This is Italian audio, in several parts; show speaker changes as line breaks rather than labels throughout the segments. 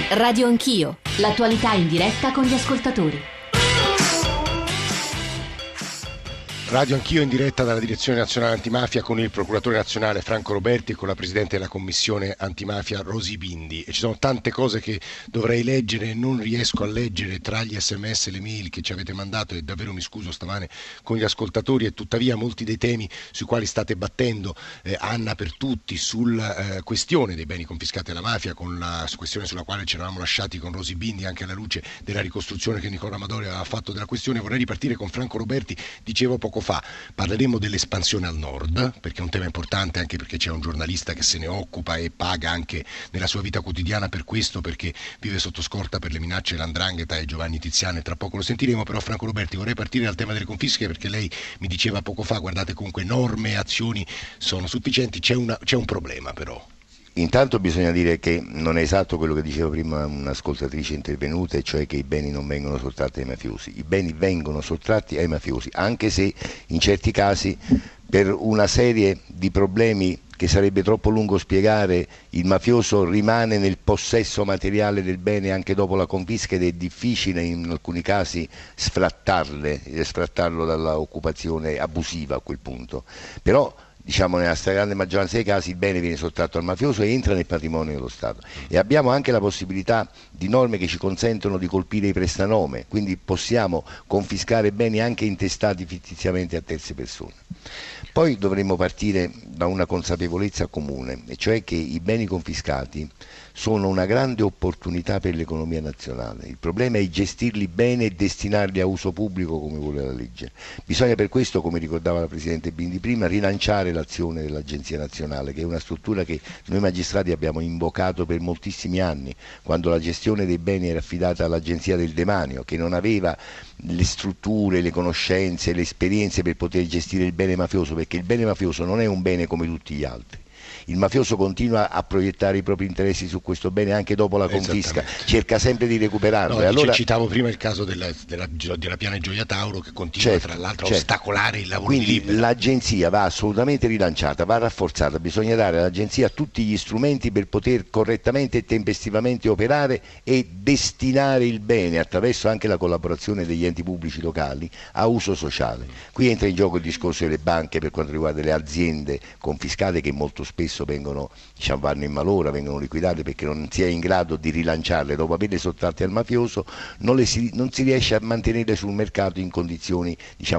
Radio Anch'io, l'attualità in diretta con gli ascoltatori.
Radio Anch'io in diretta dalla Direzione Nazionale Antimafia con il Procuratore Nazionale Franco Roberti e con la Presidente della Commissione Antimafia Rosy Bindi. E ci sono tante cose che dovrei leggere e non riesco a leggere tra gli sms e le mail che ci avete mandato, e davvero mi scuso stamane con gli ascoltatori, e tuttavia molti dei temi sui quali state battendo, Anna per tutti, sulla questione dei beni confiscati alla mafia, con la questione sulla quale ci eravamo lasciati con Rosy Bindi, anche alla luce della ricostruzione che Nicola Amadori aveva fatto della questione. Vorrei ripartire con Franco Roberti. Dicevo poco fa, parleremo dell'espansione al nord, perché è un tema importante, anche perché c'è un giornalista che se ne occupa e paga anche nella sua vita quotidiana per questo, perché vive sotto scorta per le minacce dell''ndrangheta, e Giovanni Tiziano, e tra poco lo sentiremo. Però Franco Roberti, vorrei partire dal tema delle confische, perché lei mi diceva poco fa, guardate, comunque norme e azioni sono sufficienti, c'è un problema però.
Intanto bisogna dire che non è esatto quello che diceva prima un'ascoltatrice intervenuta, e cioè che i beni non vengono sottratti ai mafiosi. I beni vengono sottratti ai mafiosi, anche se in certi casi, per una serie di problemi che sarebbe troppo lungo spiegare, il mafioso rimane nel possesso materiale del bene anche dopo la confisca, ed è difficile in alcuni casi sfrattarlo dalla occupazione abusiva a quel punto. Però diciamo nella stragrande maggioranza dei casi il bene viene sottratto al mafioso e entra nel patrimonio dello Stato. E abbiamo anche la possibilità di norme che ci consentono di colpire i prestanome, quindi possiamo confiscare beni anche intestati fittiziamente a terze persone. Poi dovremmo partire da una consapevolezza comune, e cioè che i beni confiscati sono una grande opportunità per l'economia nazionale. Il problema è gestirli bene e destinarli a uso pubblico come vuole la legge. Bisogna per questo, come ricordava la Presidente Bindi prima, rilanciare l'azione dell'Agenzia Nazionale, che è una struttura che noi magistrati abbiamo invocato per moltissimi anni, quando la gestione dei beni era affidata all'Agenzia del Demanio, che non aveva le strutture, le conoscenze, le esperienze per poter gestire il bene mafioso, perché il bene mafioso non è un bene come tutti gli altri. Il mafioso continua a proiettare i propri interessi su questo bene anche dopo la confisca, cerca sempre di recuperarlo.
No,
e allora,
citavo prima il caso della Piana Gioia Tauro, che continua tra l'altro a ostacolare il lavoro di Libera.
Quindi l'agenzia va assolutamente rilanciata, va rafforzata, bisogna dare all'agenzia tutti gli strumenti per poter correttamente e tempestivamente operare e destinare il bene, attraverso anche la collaborazione degli enti pubblici locali, a uso sociale. Qui entra in gioco il discorso delle banche per quanto riguarda le aziende confiscate, che molto spesso vanno in malora, vengono liquidate perché non si è in grado di rilanciarle dopo averle sottratte al mafioso, non si riesce a mantenerle sul mercato in condizioni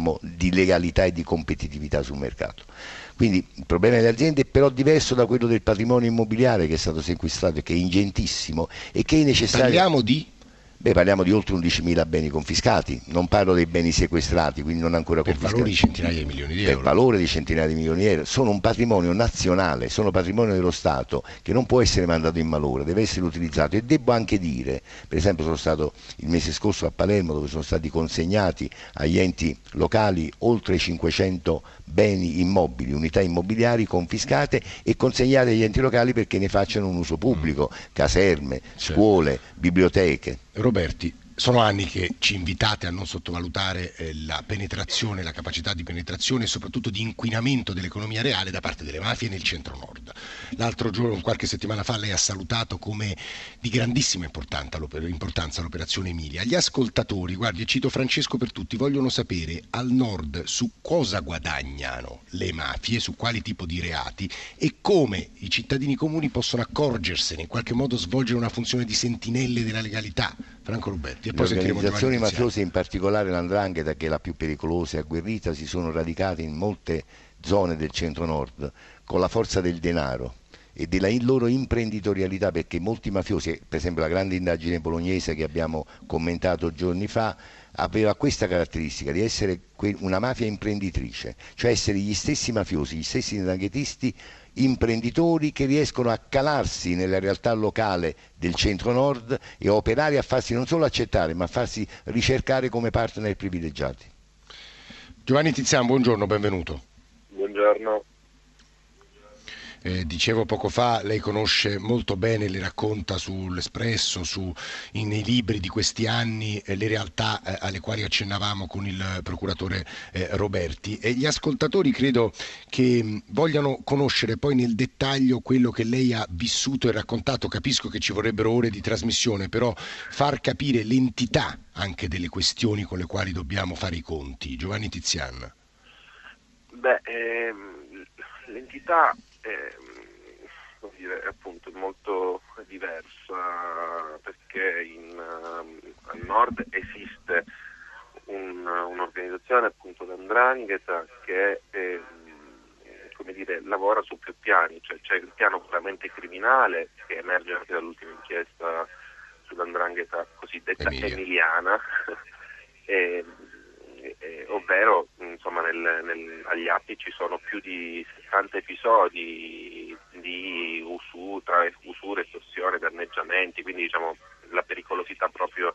di legalità e di competitività sul mercato. Quindi il problema delle aziende è però diverso da quello del patrimonio immobiliare, che è stato sequestrato e che è ingentissimo e che è necessario. Parliamo di oltre 11.000 beni confiscati, non parlo dei beni sequestrati, quindi non ancora confiscati.
Per valori di centinaia di milioni di euro.
Per valore di centinaia di milioni di euro. Sono un patrimonio nazionale, sono patrimonio dello Stato, che non può essere mandato in malora, deve essere utilizzato. E devo anche dire, per esempio sono stato il mese scorso a Palermo, dove sono stati consegnati agli enti locali oltre 500 beni immobili, unità immobiliari confiscate e consegnate agli enti locali perché ne facciano un uso pubblico, caserme, scuole, biblioteche.
Roberti, sono anni che ci invitate a non sottovalutare la penetrazione, la capacità di penetrazione e soprattutto di inquinamento dell'economia reale da parte delle mafie nel centro-nord. L'altro giorno, qualche settimana fa, lei ha salutato come di grandissima importanza l'operazione Emilia. Gli ascoltatori, guardi, cito Francesco per tutti, vogliono sapere al nord su cosa guadagnano le mafie, su quali tipo di reati, e come i cittadini comuni possono accorgersene, in qualche modo svolgere una funzione di sentinelle della legalità. Franco Roberti. E poi
le organizzazioni mafiose, in particolare l''ndrangheta, che è la più pericolosa e agguerrita, si sono radicate in molte zone del centro-nord con la forza del denaro e della loro imprenditorialità, perché molti mafiosi, per esempio la grande indagine bolognese che abbiamo commentato giorni fa, aveva questa caratteristica di essere una mafia imprenditrice, cioè essere gli stessi mafiosi, gli stessi 'ndranghetisti imprenditori che riescono a calarsi nella realtà locale del centro-nord e a operare, a farsi non solo accettare ma a farsi ricercare come partner privilegiati.
Giovanni Tiziano, buongiorno, benvenuto.
Buongiorno.
Dicevo poco fa, lei conosce molto bene, le racconta sull'Espresso, nei libri di questi anni, le realtà alle quali accennavamo con il procuratore Roberti, e gli ascoltatori credo che vogliano conoscere poi nel dettaglio quello che lei ha vissuto e raccontato. Capisco che ci vorrebbero ore di trasmissione, però far capire l'entità anche delle questioni con le quali dobbiamo fare i conti. Giovanni Tizian.
L'entità è appunto molto diversa, perché al nord esiste un'organizzazione appunto d''ndrangheta che lavora su più piani, cioè c'è il piano puramente criminale che emerge anche dall'ultima inchiesta sull''ndrangheta cosiddetta emiliana, ovvero insomma agli atti ci sono più di 60 episodi di tra usura, estorsione, danneggiamenti, quindi diciamo la pericolosità proprio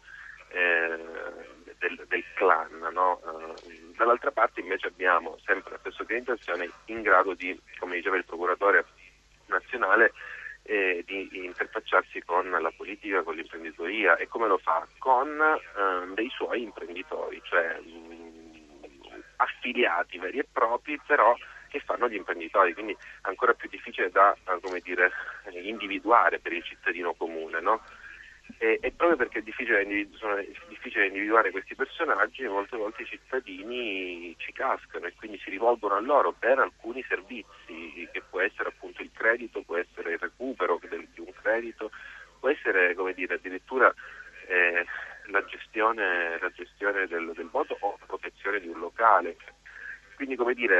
del clan, no? Dall'altra parte invece abbiamo sempre la stessa organizzazione in grado di, come diceva il procuratore nazionale, di interfacciarsi con la politica, con l'imprenditoria. E come lo fa? Con dei suoi imprenditori, cioè affiliati veri e propri, però che fanno gli imprenditori, quindi ancora più difficile da individuare per il cittadino comune, no? E proprio perché è difficile individuare questi personaggi, molte volte i cittadini ci cascano e quindi si rivolgono a loro per alcuni servizi, che può essere appunto il credito, può essere il recupero di un credito, può essere addirittura la gestione del voto o la protezione di un locale. Quindi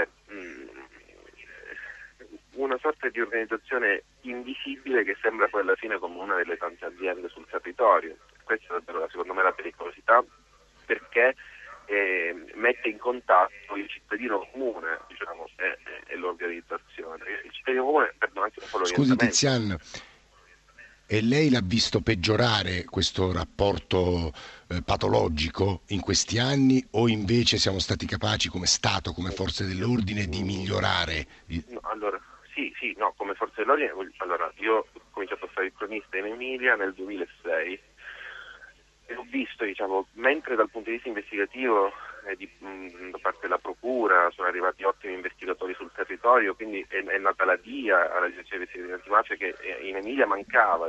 una sorta di organizzazione invisibile che sembra poi alla fine come una delle tante aziende sul territorio. Questa è davvero secondo me la pericolosità, perché mette in contatto il cittadino comune, diciamo, e l'organizzazione. Il cittadino comune perde anche un po' l'orientamento.
Scusi Tizian, e lei l'ha visto peggiorare questo rapporto patologico in questi anni, o invece siamo stati capaci come Stato, come forze dell'ordine, di migliorare?
No, come forze dell'ordine. Allora, io ho cominciato a fare il cronista in Emilia nel 2006 e ho visto, mentre dal punto di vista investigativo da parte della procura sono arrivati ottimi investigatori sul territorio, quindi è nata la DIA, la Direzione Investigativa Antimafia, che in Emilia mancava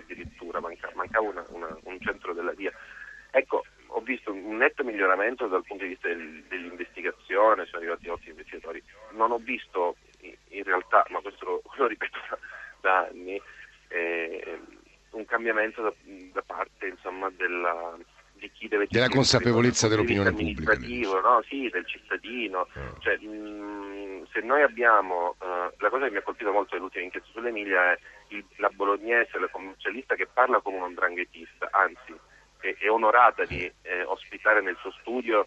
un centro della DIA. Ecco, ho visto un netto miglioramento dal punto di vista dell'investigazione, sono arrivati ottimi investigatori. Non ho visto in realtà, ma questo lo ripeto da anni, un cambiamento da parte insomma di chi deve
della consapevolezza dell'opinione pubblica,
no? Sì, del cittadino. Cioè, se noi abbiamo la cosa che mi ha colpito molto nell'ultima inchiesta sull'Emilia è la bolognese, la commercialista che parla come un 'ndranghetista, anzi è onorata di ospitare nel suo studio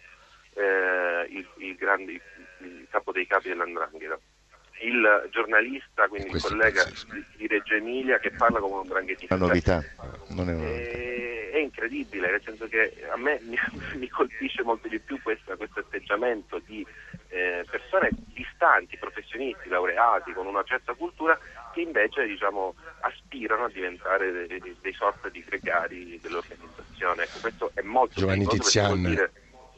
il capo dei capi dell''ndrangheta. Il giornalista, quindi il collega di Reggio Emilia, che parla come un 'ndranghetista.
Una novità, non è una novità.
È incredibile, nel senso che a me mi colpisce molto di più questo atteggiamento di persone distanti, professionisti, laureati, con una certa cultura, che invece aspirano a diventare dei sorta di gregari dell'organizzazione. Ecco, questo è molto
Giovanni Tizian.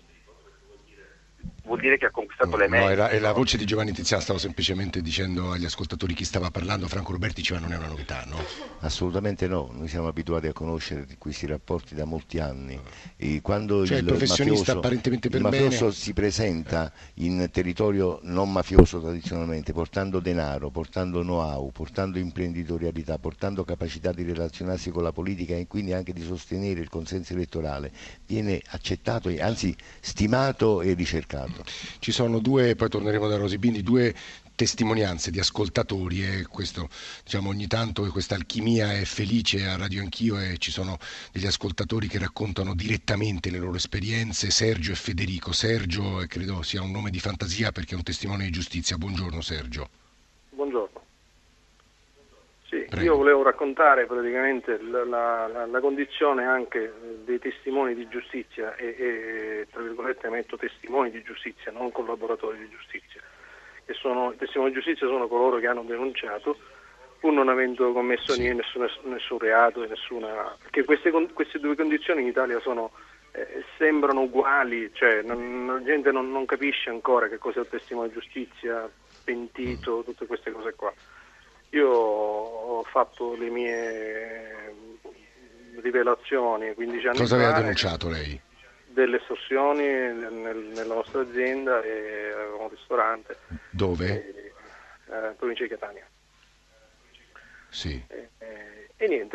Vuol dire che ha conquistato le menti.
No, è la voce di Giovanni Tizian, stavo semplicemente dicendo agli ascoltatori chi stava parlando. Franco Roberti diceva non è una novità, no?
Assolutamente no, noi siamo abituati a conoscere questi rapporti da molti anni, e quando
il professionista apparentemente per bene
si presenta in territorio non mafioso tradizionalmente, portando denaro, portando know-how, portando imprenditorialità, portando capacità di relazionarsi con la politica e quindi anche di sostenere il consenso elettorale, viene accettato e anzi stimato e ricercato.
Ci sono due, poi torneremo da Rosi Bindi, due testimonianze di ascoltatori, e questo ogni tanto questa alchimia è felice a Radio Anch'io, e ci sono degli ascoltatori che raccontano direttamente le loro esperienze. Sergio e Federico. Sergio credo sia un nome di fantasia perché è un testimone di giustizia. Buongiorno Sergio.
Buongiorno. Sì,
Prego.
Io volevo raccontare praticamente la condizione anche dei testimoni di giustizia e tra virgolette metto testimoni di giustizia, non collaboratori di giustizia, che sono i testimoni di giustizia, sono coloro che hanno denunciato pur non avendo commesso nessun reato, perché queste due condizioni in Italia sembrano uguali, cioè la gente non capisce ancora che cos'è il testimone di giustizia, pentito, tutte queste cose qua. Io ho fatto le mie rivelazioni 15 anni fa.
Cosa aveva denunciato lei?
Delle estorsioni nella nostra azienda e avevamo un ristorante.
Dove?
Provincia di Catania.
Sì.
E niente,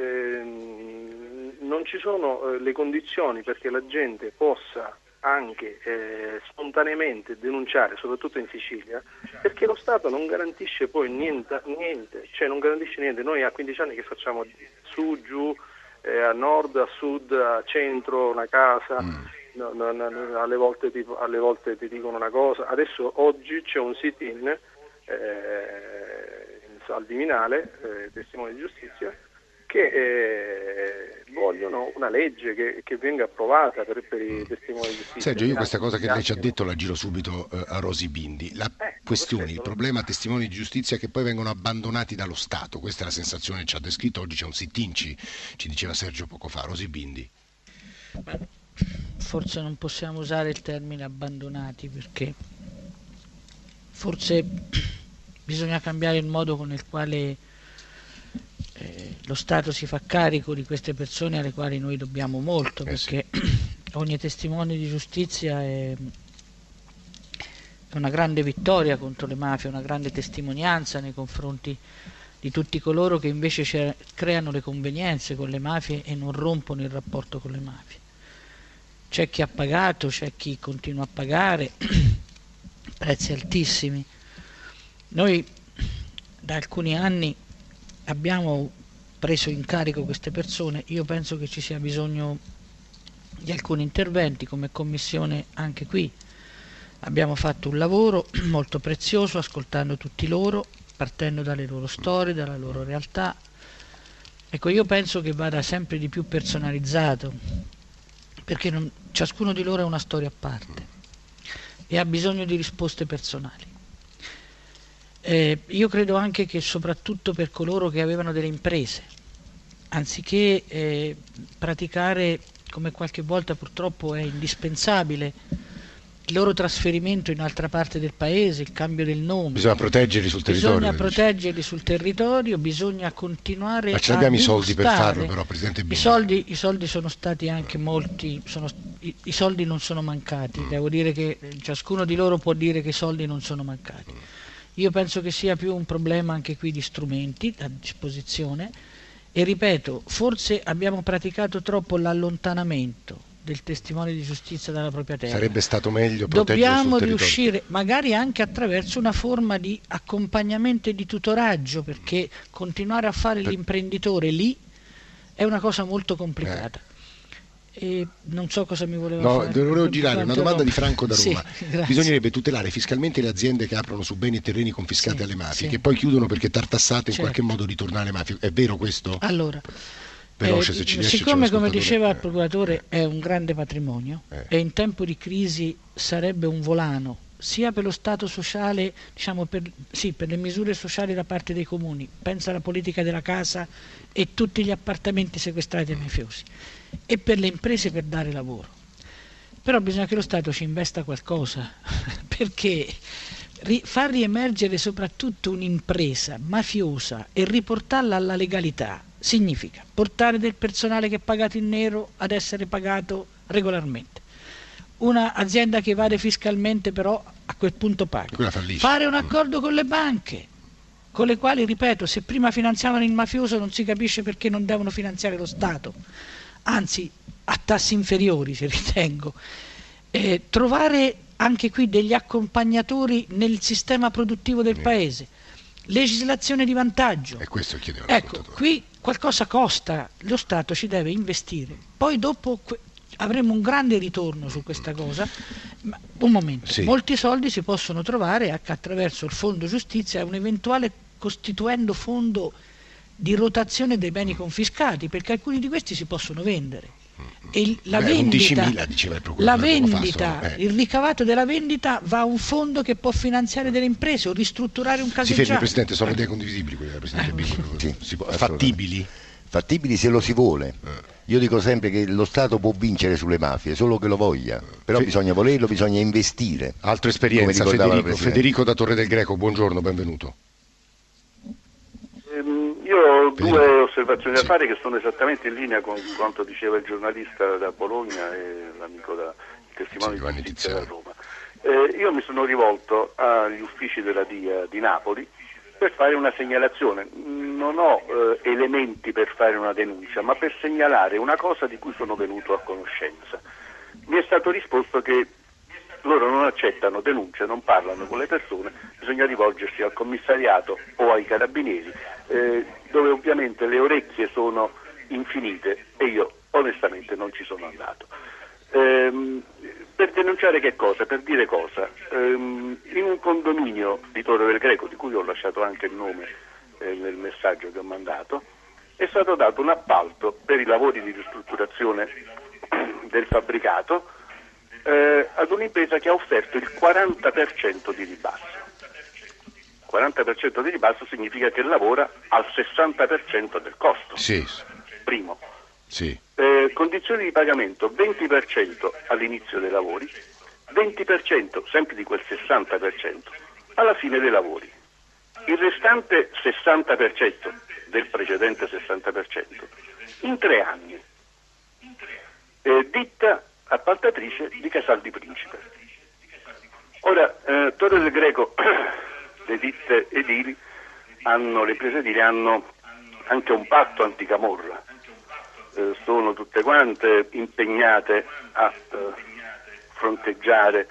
non ci sono le condizioni perché la gente possa anche spontaneamente denunciare, soprattutto in Sicilia, perché lo Stato non garantisce poi niente, cioè non garantisce niente. Noi a 15 anni che facciamo su, giù, a nord, a sud, a centro, una casa, alle volte ti dicono una cosa. Adesso oggi c'è un sit-in al Viminale, testimoni di giustizia, che vogliono una legge che venga approvata per i testimoni di giustizia.
Sergio, io questa cosa che lei ci ha detto la giro subito a Rosy Bindi. La questione,
perfetto.
il problema testimoni di giustizia è che poi vengono abbandonati dallo Stato. Questa è la sensazione che ci ha descritto. Oggi c'è un sit-in, ci diceva Sergio poco fa. Rosy Bindi.
Forse non possiamo usare il termine abbandonati, perché forse bisogna cambiare il modo con il quale lo Stato si fa carico di queste persone alle quali noi dobbiamo molto, perché ogni testimone di giustizia è una grande vittoria contro le mafie, una grande testimonianza nei confronti di tutti coloro che invece creano le convenienze con le mafie e non rompono il rapporto con le mafie. C'è chi ha pagato, c'è chi continua a pagare prezzi altissimi. Noi da alcuni anni abbiamo preso in carico queste persone. Io penso che ci sia bisogno di alcuni interventi. Come commissione anche qui abbiamo fatto un lavoro molto prezioso, ascoltando tutti loro, partendo dalle loro storie, dalla loro realtà. Ecco, io penso che vada sempre di più personalizzato, perché ciascuno di loro ha una storia a parte e ha bisogno di risposte personali. Io credo anche che soprattutto per coloro che avevano delle imprese, anziché praticare, come qualche volta purtroppo è indispensabile, il loro trasferimento in altra parte del paese, il cambio del nome,
bisogna proteggerli sul territorio.
Bisogna proteggerli sul territorio, bisogna continuare
Ma ce l'abbiamo i soldi per
dimostrare.
farlo, però, Presidente Bindi.
I soldi sono stati anche molti, i soldi non sono mancati. Devo dire che ciascuno di loro può dire che i soldi non sono mancati. Io penso che sia più un problema anche qui di strumenti a disposizione e ripeto, forse abbiamo praticato troppo l'allontanamento del testimone di giustizia dalla propria terra.
Sarebbe stato meglio proteggerlo sul
Dobbiamo
territorio.
riuscire, magari anche attraverso una forma di accompagnamento e di tutoraggio, perché continuare a fare l'imprenditore lì è una cosa molto complicata. E non so cosa mi voleva fare.
Volevo girare una domanda di Franco da Roma.
Sì,
bisognerebbe tutelare fiscalmente le aziende che aprono su beni e terreni confiscati alle mafie, che poi chiudono perché tartassate in qualche modo ritornare alle mafie. È vero questo?
Allora,
veloce, se ci riesce,
siccome come diceva il procuratore è un grande patrimonio e in tempo di crisi sarebbe un volano sia per lo stato sociale, diciamo per le misure sociali da parte dei comuni, pensa alla politica della casa e tutti gli appartamenti sequestrati ai mafiosi, e per le imprese per dare lavoro. Però bisogna che lo Stato ci investa qualcosa, perché far riemergere soprattutto un'impresa mafiosa e riportarla alla legalità significa portare del personale che è pagato in nero ad essere pagato regolarmente. Un'azienda che evade fiscalmente però a quel punto paga. Fare un accordo con le banche, con le quali, ripeto, se prima finanziavano il mafioso non si capisce perché non devono finanziare lo Stato, anzi a tassi inferiori, se ritengo. Trovare anche qui degli accompagnatori nel sistema produttivo del paese, legislazione di vantaggio.
E questo chiedevo.
Ecco, qui qualcosa costa, lo Stato ci deve investire. Poi dopo avremo un grande ritorno su questa cosa. Ma un momento, molti soldi si possono trovare attraverso il fondo giustizia e un eventuale costituendo fondo di rotazione dei beni confiscati, perché alcuni di questi si possono vendere. la vendita,
11.000 diceva il procuratore,
il ricavato della vendita va a un fondo che può finanziare delle imprese o ristrutturare un caseggiato.
Si fermi, Presidente, sono idee condivisibili quelle della Presidente Bicco. Fattibili?
Fattibili se lo si vuole. Io dico sempre che lo Stato può vincere sulle mafie, solo che lo voglia, però bisogna volerlo, bisogna investire.
Altra esperienza, Federico da Torre del Greco, buongiorno, benvenuto.
Io ho due osservazioni da fare che sono esattamente in linea con quanto diceva il giornalista da Bologna e l'amico il testimone di giustizia da Roma. Io mi sono rivolto agli uffici della DIA di Napoli per fare una segnalazione. Non ho elementi per fare una denuncia, ma per segnalare una cosa di cui sono venuto a conoscenza. Mi è stato risposto che loro non accettano denunce, non parlano con le persone, bisogna rivolgersi al commissariato o ai carabinieri, dove ovviamente le orecchie sono infinite e io onestamente non ci sono andato. Per denunciare che cosa? Per dire cosa? In un condominio di Torre del Greco, di cui ho lasciato anche il nome nel messaggio che ho mandato, è stato dato un appalto per i lavori di ristrutturazione del fabbricato ad un'impresa che ha offerto il 40% di ribasso. 40% di ribasso significa che lavora al 60% del costo.
Sì.
Primo.
Sì.
Condizioni di pagamento 20% all'inizio dei lavori, 20% sempre di quel 60% alla fine dei lavori. Il restante 60% del precedente 60% in 3 anni. Ditta appaltatrice di Casal di Principe. Ora, Torre del Greco, le ditte edili le imprese edili hanno anche un patto anticamorra. Sono tutte quante impegnate a fronteggiare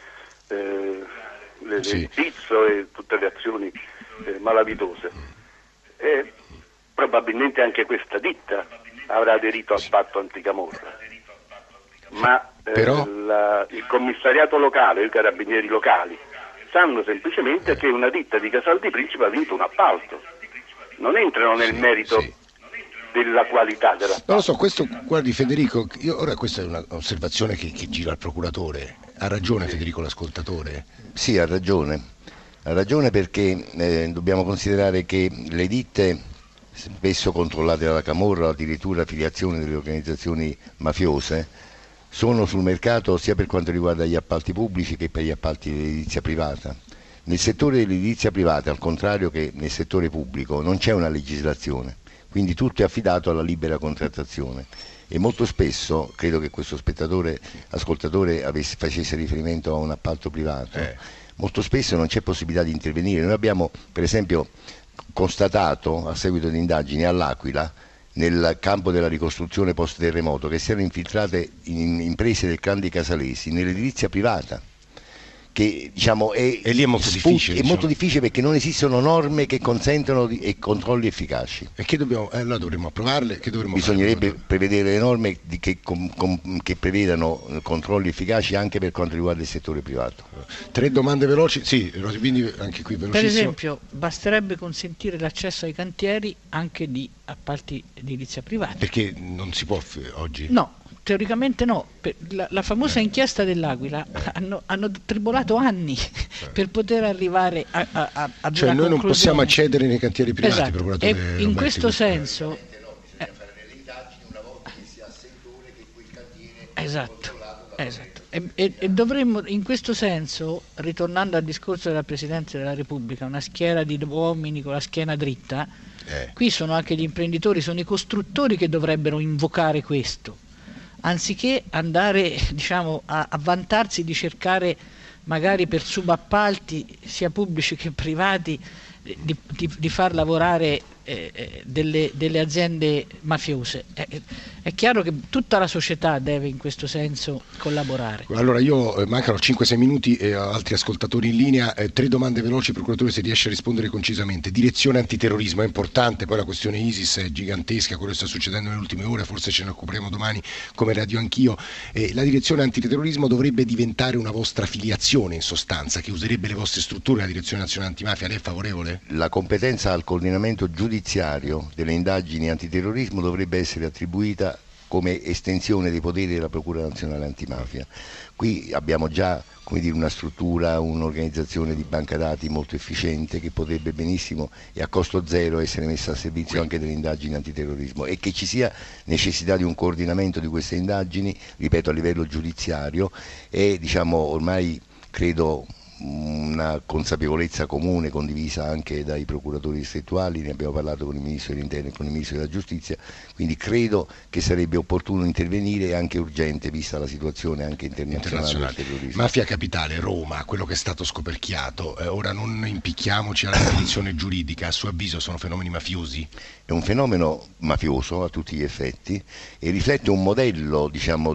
il pizzo e tutte le azioni malavitose. Probabilmente anche questa ditta avrà aderito al patto anticamorra, ma il commissariato locale, i carabinieri locali sanno semplicemente che una ditta di Casal di Principe ha vinto un appalto, non entrano nel merito della qualità della.
Non lo so, questo, guardi Federico, questa è un'osservazione che gira al procuratore. Ha ragione Federico l'ascoltatore?
Sì, ha ragione perché dobbiamo considerare che le ditte spesso controllate dalla camorra, addirittura affiliazioni delle organizzazioni mafiose, sono sul mercato sia per quanto riguarda gli appalti pubblici che per gli appalti dell'edilizia privata. Nel settore dell'edilizia privata, al contrario che nel settore pubblico, non c'è una legislazione, quindi tutto è affidato alla libera contrattazione e molto spesso, credo che questo ascoltatore facesse riferimento a un appalto privato, molto spesso non c'è possibilità di intervenire. Noi abbiamo per esempio constatato a seguito di indagini all'Aquila, nel campo della ricostruzione post terremoto, che si erano infiltrate in imprese del clan dei Casalesi nell'edilizia privata, che diciamo
e lì è molto difficile.
È molto difficile perché non esistono norme che consentono e controlli efficaci.
E che allora dovremmo approvarle?
Bisognerebbe prevedere le norme che prevedano controlli efficaci anche per quanto riguarda il settore privato.
3 domande veloci. Sì, quindi anche qui velocissimo.
Per esempio, basterebbe consentire l'accesso ai cantieri anche di appalti di edilizia privata.
Perché non si può oggi?
No. Teoricamente no, la famosa inchiesta dell'Aquila hanno tribolato anni per poter arrivare a
cioè noi non possiamo accedere nei cantieri privati.
Esatto. E in questo senso esatto. E dovremmo in questo senso, ritornando al discorso della Presidenza della Repubblica, una schiera di uomini con la schiena dritta, qui sono anche gli imprenditori, sono i costruttori che dovrebbero invocare questo, anziché andare a vantarsi di cercare magari per subappalti sia pubblici che privati di far lavorare delle aziende mafiose. È chiaro che tutta la società deve in questo senso collaborare.
Allora mancano 5-6 minuti e altri ascoltatori in linea, 3 domande veloci, procuratore, se riesce a rispondere concisamente. Direzione antiterrorismo è importante, poi la questione ISIS è gigantesca, quello che sta succedendo nelle ultime ore, forse ce ne occuperemo domani come Radio Anch'io. La direzione antiterrorismo dovrebbe diventare una vostra filiazione, in sostanza, che userebbe le vostre strutture, la direzione nazionale antimafia. Lei è favorevole?
La competenza al coordinamento giudiziario delle indagini antiterrorismo dovrebbe essere attribuita come estensione dei poteri della Procura Nazionale Antimafia. Qui abbiamo già, come dire, una struttura, un'organizzazione di banca dati molto efficiente che potrebbe benissimo e a costo zero essere messa a servizio anche delle indagini antiterrorismo, e che ci sia necessità di un coordinamento di queste indagini, ripeto, a livello giudiziario, e ormai credo una consapevolezza comune condivisa anche dai procuratori distrettuali, ne abbiamo parlato con il Ministro dell'Interno e con il Ministro della Giustizia, quindi credo che sarebbe opportuno intervenire e anche urgente vista la situazione anche internazionale del terrorismo.
Mafia capitale, Roma, quello che è stato scoperchiato, ora non impicchiamoci alla definizione giuridica, a suo avviso sono fenomeni mafiosi?
È un fenomeno mafioso a tutti gli effetti e riflette un modello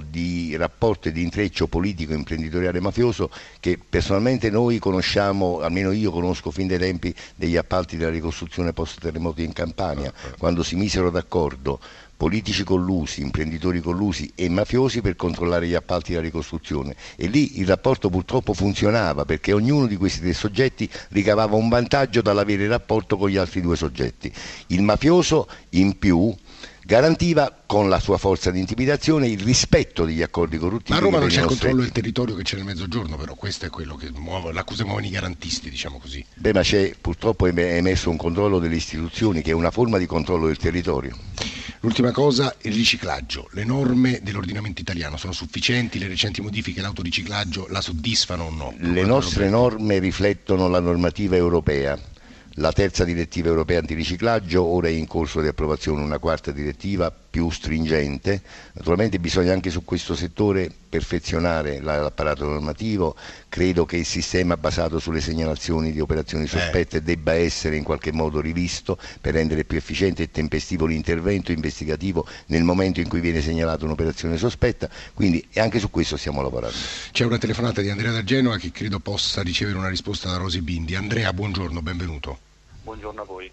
di rapporto e di intreccio politico imprenditoriale mafioso che personalmente noi conosciamo, almeno io conosco fin dai tempi degli appalti della ricostruzione post terremoti in Campania, quando si misero d'accordo politici collusi, imprenditori collusi e mafiosi per controllare gli appalti della ricostruzione, e lì il rapporto purtroppo funzionava perché ognuno di questi tre soggetti ricavava un vantaggio dall'avere il rapporto con gli altri due soggetti. Il mafioso in più garantiva con la sua forza di intimidazione il rispetto degli accordi corruttivi.
Ma a Roma non c'è il controllo del territorio che c'è nel Mezzogiorno, però questo è quello che l'accusa muovono i garantisti, diciamo così.
Beh, ma purtroppo è emesso un controllo delle istituzioni che è una forma di controllo del territorio.
L'ultima cosa, il riciclaggio. Le norme dell'ordinamento italiano sono sufficienti? Le recenti modifiche all'autoriciclaggio la soddisfano o no?
Le nostre norme riflettono la normativa europea. La terza direttiva europea antiriciclaggio, ora è in corso di approvazione una quarta direttiva più stringente. Naturalmente bisogna anche su questo settore perfezionare l'apparato normativo. Credo che il sistema basato sulle segnalazioni di operazioni sospette debba essere in qualche modo rivisto per rendere più efficiente e tempestivo l'intervento investigativo nel momento in cui viene segnalata un'operazione sospetta, quindi anche su questo stiamo lavorando.
C'è una telefonata di Andrea da Genova che credo possa ricevere una risposta da Rosy Bindi. Andrea, buongiorno, benvenuto.
Buongiorno a voi.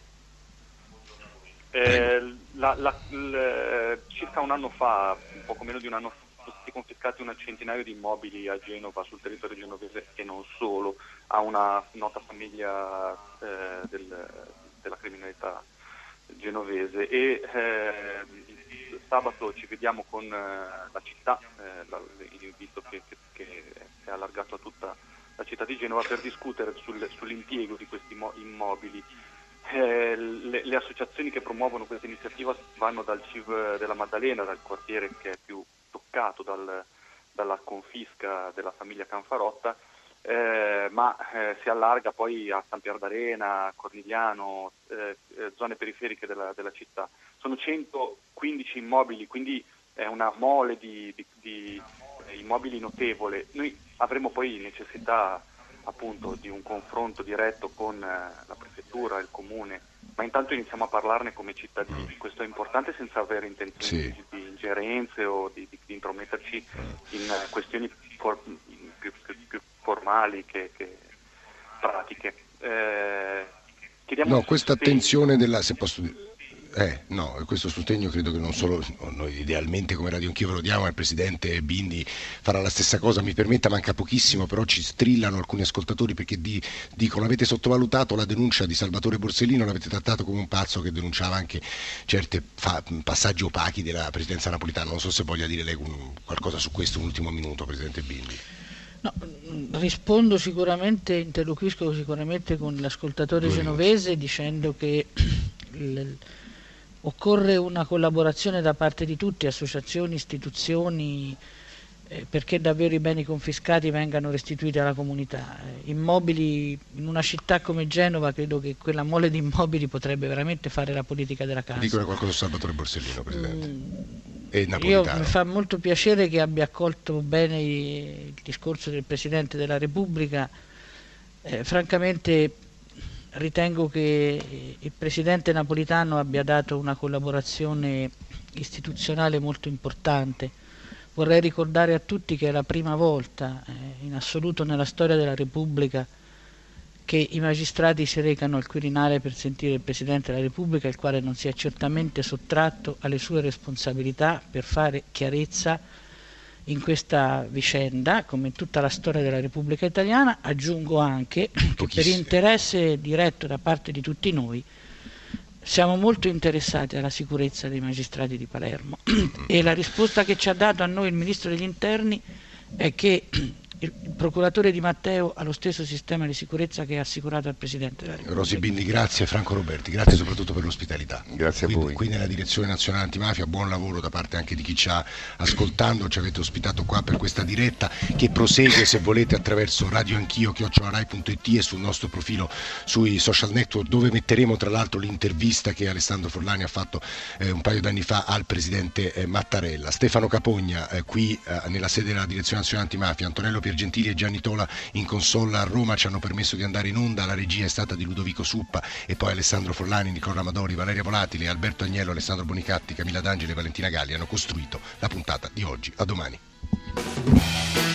Circa un anno fa, un poco meno di un anno fa, sono stati confiscati un centinaio di immobili a Genova, sul territorio genovese e non solo, a una nota famiglia della criminalità genovese, e sabato ci vediamo con la città, visto che è allargato a tutta la città di Genova, per discutere sull'impiego di questi immobili. Le associazioni che promuovono questa iniziativa vanno dal CIV della Maddalena, dal quartiere che è più toccato dalla confisca della famiglia Canfarotta, ma si allarga poi a San Pier d'Arena, Cornigliano, zone periferiche della città. Sono 115 immobili, quindi è una mole di immobili notevole. Noi avremo poi necessità appunto di un confronto diretto con la prefettura e il comune, ma intanto iniziamo a parlarne come cittadini. Questo è importante, senza avere intenzioni di ingerenze o di intrometterci in questioni più formali che pratiche.
No, questa attenzione se posso dire. Questo sostegno credo che non solo noi idealmente come Radio Anch'io ve lo diamo, ma il Presidente Bindi farà la stessa cosa. Mi permetta, manca pochissimo, però ci strillano alcuni ascoltatori perché dicono: avete sottovalutato la denuncia di Salvatore Borsellino, l'avete trattato come un pazzo che denunciava anche certi passaggi opachi della Presidenza napolitana. Non so se voglia dire lei qualcosa su questo, un ultimo minuto, Presidente Bindi.
No, rispondo sicuramente, interloquisco sicuramente con l'ascoltatore genovese dicendo che occorre una collaborazione da parte di tutti, associazioni, istituzioni, perché davvero i beni confiscati vengano restituiti alla comunità. Immobili in una città come Genova, credo che quella mole di immobili potrebbe veramente fare la politica della casa.
Dicono qualcosa su Salvatore Borsellino, Presidente.
Mi fa molto piacere che abbia accolto bene il discorso del Presidente della Repubblica. Francamente ritengo che il Presidente Napolitano abbia dato una collaborazione istituzionale molto importante. Vorrei ricordare a tutti che è la prima volta in assoluto nella storia della Repubblica che i magistrati si recano al Quirinale per sentire il Presidente della Repubblica, il quale non si è certamente sottratto alle sue responsabilità per fare chiarezza in questa vicenda, come in tutta la storia della Repubblica Italiana. Aggiungo anche che per interesse diretto da parte di tutti noi siamo molto interessati alla sicurezza dei magistrati di Palermo e la risposta che ci ha dato a noi il Ministro degli Interni è che il procuratore Di Matteo ha lo stesso sistema di sicurezza che ha assicurato al Presidente della Repubblica.
Rosi Bindi, grazie. Franco Roberti, grazie soprattutto per l'ospitalità.
Grazie a voi.
Qui nella Direzione Nazionale Antimafia, buon lavoro da parte anche di chi ci ha ascoltando, ci avete ospitato qua per questa diretta che prosegue, se volete, attraverso radioanchio@rai.it e sul nostro profilo sui social network, dove metteremo tra l'altro l'intervista che Alessandro Forlani ha fatto un paio d'anni fa al Presidente Mattarella. Stefano Capogna qui nella sede della Direzione Nazionale Antimafia, Antonello Piergentili e Gianni Tola in console a Roma ci hanno permesso di andare in onda. La regia è stata di Ludovico Suppa e poi Alessandro Forlani, Nicola Amadori, Valeria Volatile, Alberto Agnello, Alessandro Bonicatti, Camilla D'Angeli e Valentina Galli hanno costruito la puntata di oggi. A domani.